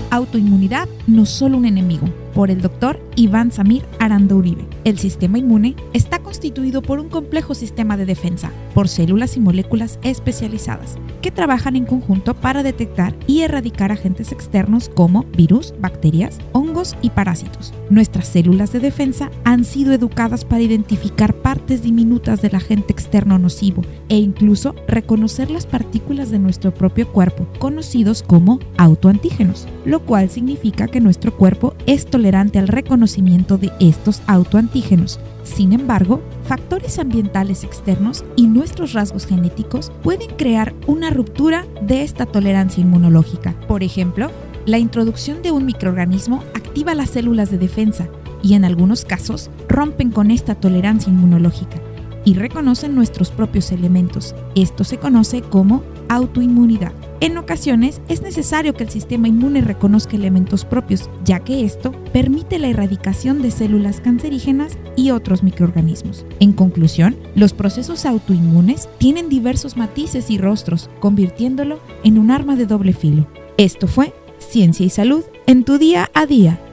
Autoinmunidad no solo un enemigo, por el Dr. Iván Samir Aranda Uribe. El sistema inmune está constituido por un complejo sistema de defensa, por células y moléculas especializadas, que trabajan en conjunto para detectar y erradicar agentes externos como virus, bacterias, hongos y parásitos. Nuestras células de defensa han sido educadas para identificar partes diminutas del agente externo nocivo e incluso reconocer las partículas de nuestro propio cuerpo, conocidos como autoantígenos, lo cual significa que nuestro cuerpo es tolerante al reconocimiento de estos autoantígenos. Sin embargo, factores ambientales externos y nuestros rasgos genéticos pueden crear una ruptura de esta tolerancia inmunológica. Por ejemplo, la introducción de un microorganismo activa las células de defensa y en algunos casos rompen con esta tolerancia inmunológica y reconocen nuestros propios elementos. Esto se conoce como autoinmunidad. En ocasiones es necesario que el sistema inmune reconozca elementos propios, ya que esto permite la erradicación de células cancerígenas y otros microorganismos. En conclusión, los procesos autoinmunes tienen diversos matices y rostros, convirtiéndolo en un arma de doble filo. Esto fue Ciencia y Salud en tu día a día.